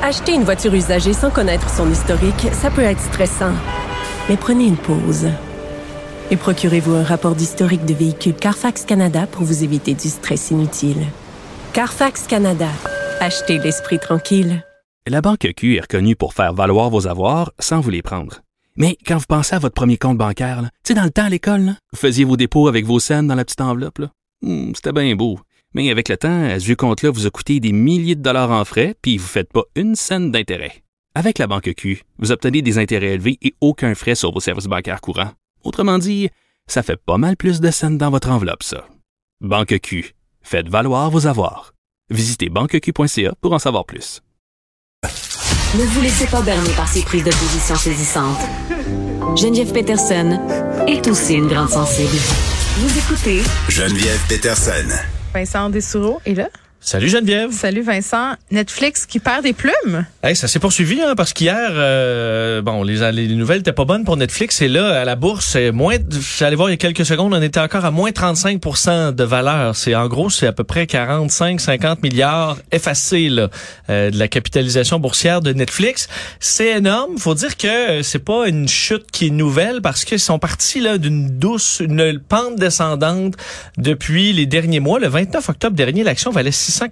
Acheter une voiture usagée sans connaître son historique, ça peut être stressant. Mais prenez une pause. Et procurez-vous un rapport d'historique de véhicule Carfax Canada pour vous éviter du stress inutile. Carfax Canada. Achetez l'esprit tranquille. La Banque Q est reconnue pour faire valoir vos avoirs sans vous les prendre. Mais quand vous pensez à votre premier compte bancaire, tu sais, dans le temps à l'école, là, vous faisiez vos dépôts avec vos scènes dans la petite enveloppe. Là. C'était bien beau. Mais avec le temps, ce vieux compte-là vous a coûté des milliers de dollars en frais, puis vous ne faites pas une scène d'intérêt. Avec la Banque Q, vous obtenez des intérêts élevés et aucun frais sur vos services bancaires courants. Autrement dit, ça fait pas mal plus de scènes dans votre enveloppe, ça. Banque Q. Faites valoir vos avoirs. Visitez banqueq.ca pour en savoir plus. Ne vous laissez pas berner par ces prises de position saisissantes. Geneviève Peterson est aussi une grande sensible. Vous écoutez Geneviève Peterson. Vincent Dessoureau est là. Salut Geneviève. Salut Vincent. Netflix qui perd des plumes. Hey, ça s'est poursuivi parce qu'hier, les nouvelles étaient pas bonnes pour Netflix et là, à la bourse, j'allais voir il y a quelques secondes, on était encore à moins 35% de valeur. C'est à peu près 45-50 milliards effacés là, de la capitalisation boursière de Netflix. C'est énorme. Faut dire que c'est pas une chute qui est nouvelle parce qu'ils sont partis là d'une une pente descendante depuis les derniers mois. Le 29 octobre dernier, l'action valait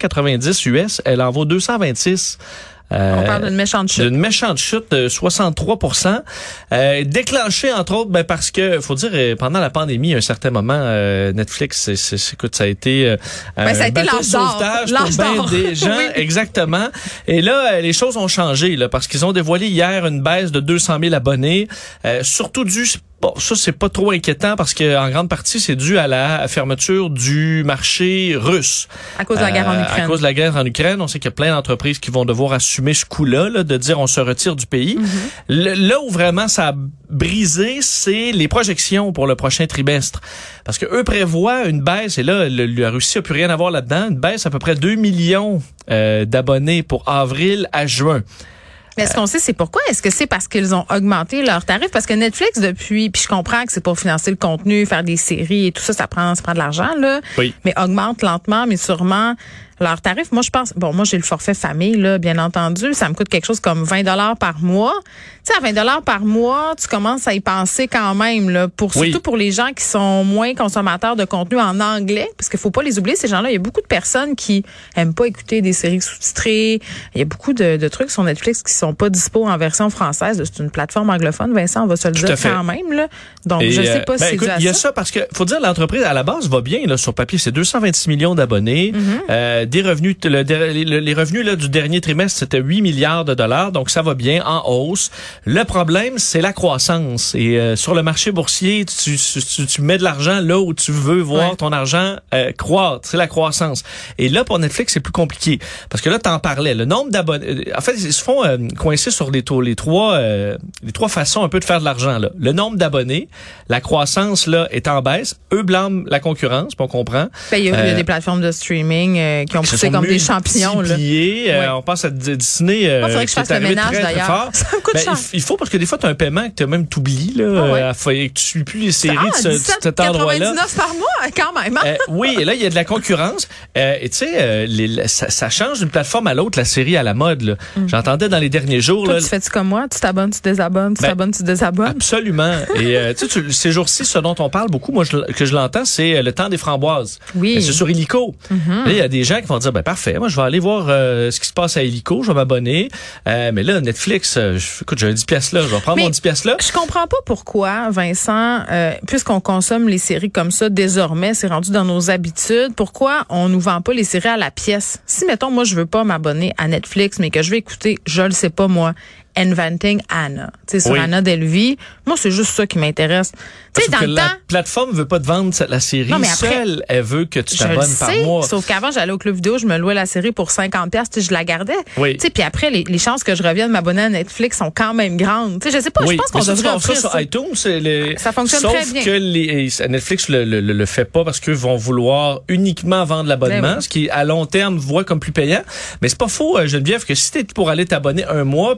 690 US, elle en vaut 226. On parle d'une méchante chute. D'une méchante chute de 63%. Déclenchée, entre autres, parce que, faut dire, pendant la pandémie, à un certain moment, Netflix, écoute, ça a été ça a été bateau de sauvetage pour bien des gens. Oui. Exactement. Et là, les choses ont changé, là, parce qu'ils ont dévoilé hier une baisse de 200 000 abonnés, surtout bon, ça, c'est pas trop inquiétant parce que en grande partie, c'est dû à la fermeture du marché russe. À cause de la guerre en Ukraine. À cause de la guerre en Ukraine, on sait qu'il y a plein d'entreprises qui vont devoir assumer ce coup-là, là, de dire on se retire du pays. Mm-hmm. Là où vraiment ça a brisé, c'est les projections pour le prochain trimestre. Parce que eux prévoient une baisse, et là, la Russie a plus rien à voir là-dedans, une baisse à peu près 2 millions d'abonnés pour avril à juin. Mais est-ce qu'on sait c'est pourquoi? Est-ce que c'est parce qu'ils ont augmenté leurs tarifs? Parce que Netflix, puis je comprends que c'est pour financer le contenu, faire des séries et tout ça, ça prend de l'argent, là. Oui. Mais augmente lentement, mais sûrement leurs tarifs. Moi, je pense, moi, j'ai le forfait famille, là, bien entendu. Ça me coûte quelque chose comme 20 $ par mois. Tu sais, à 20 $ par mois, tu commences à y penser quand même, là, surtout pour les gens qui sont moins consommateurs de contenu en anglais, parce qu'il faut pas les oublier, ces gens-là. Il y a beaucoup de personnes qui aiment pas écouter des séries sous-titrées. Il y a beaucoup de trucs sur Netflix qui sont pas dispo en version française. C'est une plateforme anglophone, Vincent, on va se le dire quand même, là. Donc, je sais pas si c'est dû à ça. Il y a ça parce que, faut dire, l'entreprise, à la base, va bien, là, sur papier. C'est 226 millions d'abonnés. Des revenus, les revenus, là, du dernier trimestre, c'était 8 milliards de dollars. Donc, ça va bien, en hausse. Le problème, c'est la croissance. Et sur le marché boursier, tu mets de l'argent là où tu veux voir ton argent croître. C'est la croissance. Et là, pour Netflix, c'est plus compliqué. Parce que là, t'en parlais. Le nombre d'abonnés... En fait, ils se font coincer sur les trois façons un peu de faire de l'argent, là. Le nombre d'abonnés, la croissance, là, est en baisse. Eux blâment la concurrence, on comprend. Il y a des plateformes de streaming qui ont poussé comme des champignons, là. On pense à Disney. Il faudrait que je fasse le ménage, d'ailleurs. Ça me coûte cher. Il faut, parce que des fois, tu as un paiement que tu as même t'oublies, là, que tu suis plus les séries de cet endroit-là. 17,99 par mois, quand même. Hein? Oui, et là, il y a de la concurrence. Et tu sais, ça change d'une plateforme à l'autre, la série à la mode, là. J'entendais dans les derniers jours... Toi, là, tu fais-tu comme moi? Tu t'abonnes, tu désabonnes, tu t'abonnes, tu désabonnes? Absolument. Et ces jours-ci, ce dont on parle beaucoup, moi, que je l'entends, c'est le temps des framboises. Oui. C'est sur Illico. Là, il y a des gens qui vont dire, parfait, moi, je vais aller voir ce qui se passe à Illico, je vais m'abonner. Mais là, Netflix, écoute, j'ai un 10 piastres là, je vais prendre mon 10 piastres là. Je comprends pas pourquoi, Vincent, puisqu'on consomme les séries comme ça désormais, c'est rendu dans nos habitudes, pourquoi on nous vend pas les séries à la pièce? Si, mettons, moi, je veux pas m'abonner à Netflix, mais que je vais écouter, je le sais pas, moi, Inventing Anna, tu sais, sur Anna Delvey. Moi, c'est juste ça qui m'intéresse. Tu sais, dans le temps, la plateforme veut pas te vendre la série seule, elle veut que tu t'abonnes par mois. Sauf qu'avant, j'allais au club vidéo, je me louais la série pour 50$, tu sais, je la gardais. Tu sais, puis après, les chances que je revienne m'abonner à Netflix sont quand même grandes. Tu sais, je sais pas, je pense qu'on devrait offrir ça sur iTunes, ça fonctionne très bien. Sauf que Netflix le fait pas parce qu'eux vont vouloir uniquement vendre l'abonnement, ce qui, à long terme, voit comme plus payant. Mais c'est pas faux, Geneviève, que si t'es pour aller t'abonner un mois puis te désabonner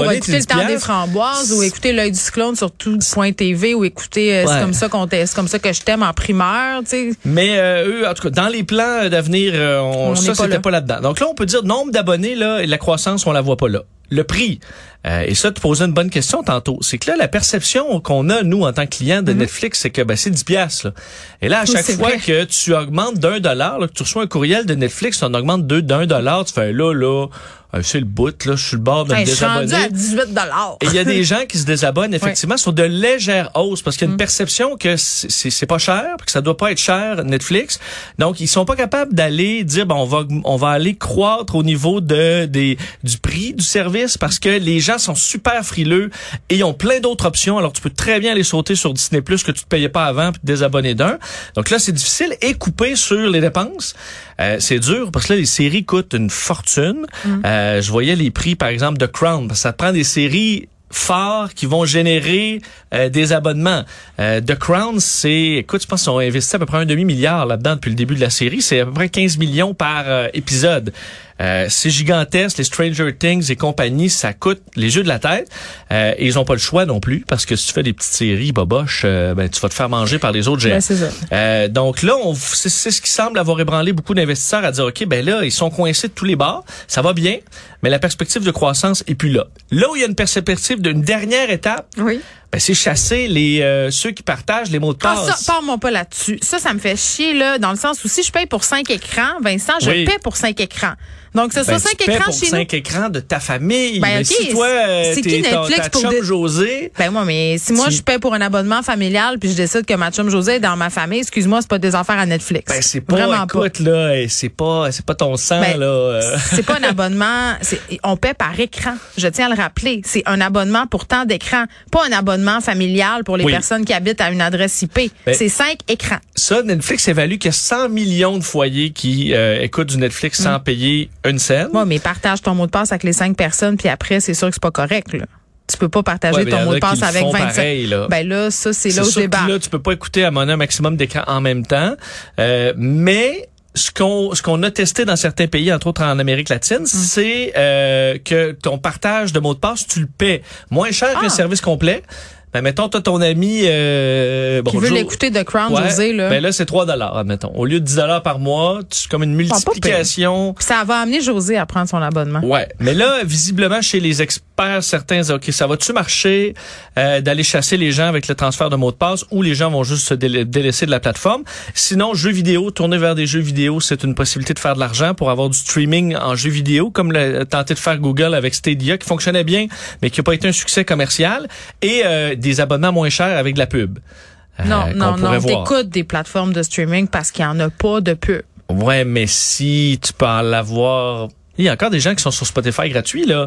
pour écouter le temps des framboises ou écouter l'œil du cyclone sur tout.tv ou écouter c'est comme ça que je t'aime en primeur, tu sais. Mais eux, en tout cas, dans les plans d'avenir, ça c'était pas là-dedans. Donc là, on peut dire nombre d'abonnés là et la croissance, on la voit pas là. Le prix. Et ça, tu posais une bonne question tantôt. C'est que là, la perception qu'on a, nous, en tant que clients de Netflix, c'est que c'est 10 $. Là. Et là, à chaque fois que tu augmentes d'$1, là, que tu reçois un courriel de Netflix, on augmente d'$1, tu fais là, c'est le bout, là, je suis le bord de me désabonner. Je suis rendu à $18. Et il y a des gens qui se désabonnent, effectivement, sur de légères hausses, parce qu'il y a une perception que c'est pas cher, que ça doit pas être cher, Netflix. Donc, ils sont pas capables d'aller dire, on va aller croître au niveau du prix du service, parce que les gens sont super frileux et ils ont plein d'autres options. Alors, tu peux très bien aller sauter sur Disney+, que tu te payais pas avant, puis te désabonner d'un. Donc là, c'est difficile. Et couper sur les dépenses, c'est dur, parce que là, les séries coûtent une fortune. Je voyais les prix, par exemple, de Crown, parce que ça te prend des séries phares qui vont générer des abonnements. The Crown, je pense qu'ils ont investi à peu près 1,5 milliard là-dedans depuis le début de la série. C'est à peu près 15 millions par épisode. C'est gigantesque, les Stranger Things et compagnie, ça coûte les yeux de la tête. Et ils ont pas le choix non plus, parce que si tu fais des petites séries boboches, tu vas te faire manger par les autres géants. C'est ça. Donc là, c'est ce qui semble avoir ébranlé beaucoup d'investisseurs à dire, OK, là, ils sont coincés de tous les bords. Ça va bien, mais la perspective de croissance est plus là. Là où il y a une perspective d'une dernière étape, c'est chasser ceux qui partagent les mots de passe. Ça, parle-moi pas là-dessus. Ça me fait chier, là, dans le sens où si je paye pour 5 écrans, Vincent, je paie pour 5 écrans. Donc, ce soit 5 écrans chez nous. 5 écrans de ta famille. Mais si toi, c'est qui Netflix ta chum José. Mais si moi, je paie pour un abonnement familial puis je décide que ma chum José est dans ma famille, excuse-moi, c'est pas des affaires à Netflix. C'est pas, vraiment écoute, là, c'est pas ton sang, là. C'est pas un abonnement, on paie par écran. Je tiens à le rappeler. C'est un abonnement pour temps d'écran. Pas un abonnement familial pour les personnes qui habitent à une adresse IP. C'est 5 écrans. Ça, Netflix évalue qu'il y a 100 millions de foyers qui écoutent du Netflix sans payer une scène. Ouais, mais partage ton mot de passe avec les 5 personnes, puis après, c'est sûr que c'est pas correct, là. Tu peux pas partager ton mot de passe avec 25. Pareil, là. Là, ça, c'est là où je débarque. Là, tu peux pas écouter à un maximum d'écran en même temps. Mais ce qu'on a testé dans certains pays, entre autres en Amérique latine, c'est que ton partage de mot de passe, tu le paies moins cher qu'un service complet. Mettons, toi, ton ami... qui veut l'écouter de Crown, José, là. Là, c'est $3, admettons. Au lieu de $10 par mois, c'est comme une multiplication. Ça va amener José à prendre son abonnement. Ouais. Mais là, visiblement, chez les experts, certains, OK, ça va-tu marcher d'aller chasser les gens avec le transfert de mots de passe ou les gens vont juste se délaisser de la plateforme? Sinon, jeux vidéo, tourner vers des jeux vidéo, c'est une possibilité de faire de l'argent pour avoir du streaming en jeux vidéo, comme l'a tenté de faire Google avec Stadia, qui fonctionnait bien, mais qui n'a pas été un succès commercial. Et des abonnements moins chers avec de la pub. Non, t'écoutes des plateformes de streaming parce qu'il n'y en a pas de pub. Ouais, mais si tu peux en l'avoir... Il y a encore des gens qui sont sur Spotify gratuits, là.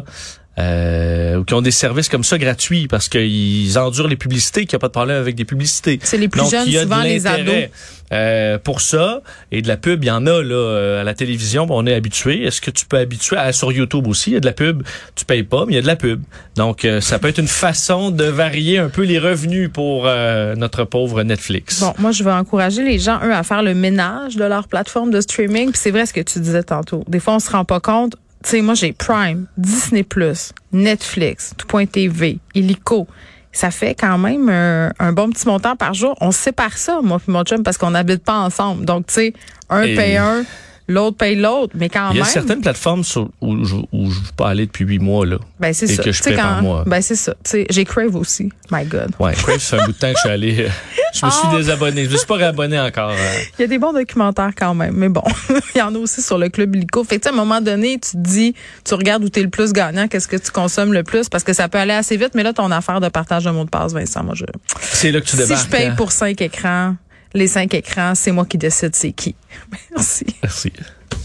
Ou qui ont des services comme ça gratuits parce qu'ils endurent les publicités, qu'il n'y a pas de problème avec des publicités. C'est les plus jeunes, souvent les ados. Pour ça, et de la pub, il y en a là à la télévision, on est habitué. Est-ce que tu peux habituer sur YouTube aussi, il y a de la pub, tu payes pas, mais il y a de la pub. Donc ça peut être une façon de varier un peu les revenus pour notre pauvre Netflix. Bon, moi je vais encourager les gens à faire le ménage de leur plateforme de streaming, puis c'est vrai ce que tu disais tantôt. Des fois on se rend pas compte. Tu sais, moi, j'ai Prime, Disney+, Netflix, tout.tv, Illico. Ça fait quand même un bon petit montant par jour. On se sépare ça, moi puis mon chum, parce qu'on n'habite pas ensemble. Donc, tu sais, paye un, l'autre paye l'autre, mais quand même... Il y a certaines plateformes où je ne veux pas aller depuis 8 mois, là. C'est ça. Et que je paye par mois. C'est ça. Tu sais, j'ai Crave aussi. My God. Ouais, Crave, ça fait un bout de temps que je suis allé... Je me suis désabonné. Je ne suis pas réabonné encore. Il y a des bons documentaires quand même, mais bon, il y en a aussi sur le Club Illico. Fait que à un moment donné, tu te dis, tu regardes où t'es le plus gagnant, qu'est-ce que tu consommes le plus, parce que ça peut aller assez vite, mais là, ton affaire de partage de mots de passe, Vincent, moi, c'est là que tu débarques. Si je paye pour 5 écrans, les 5 écrans, c'est moi qui décide c'est qui. Merci. Merci.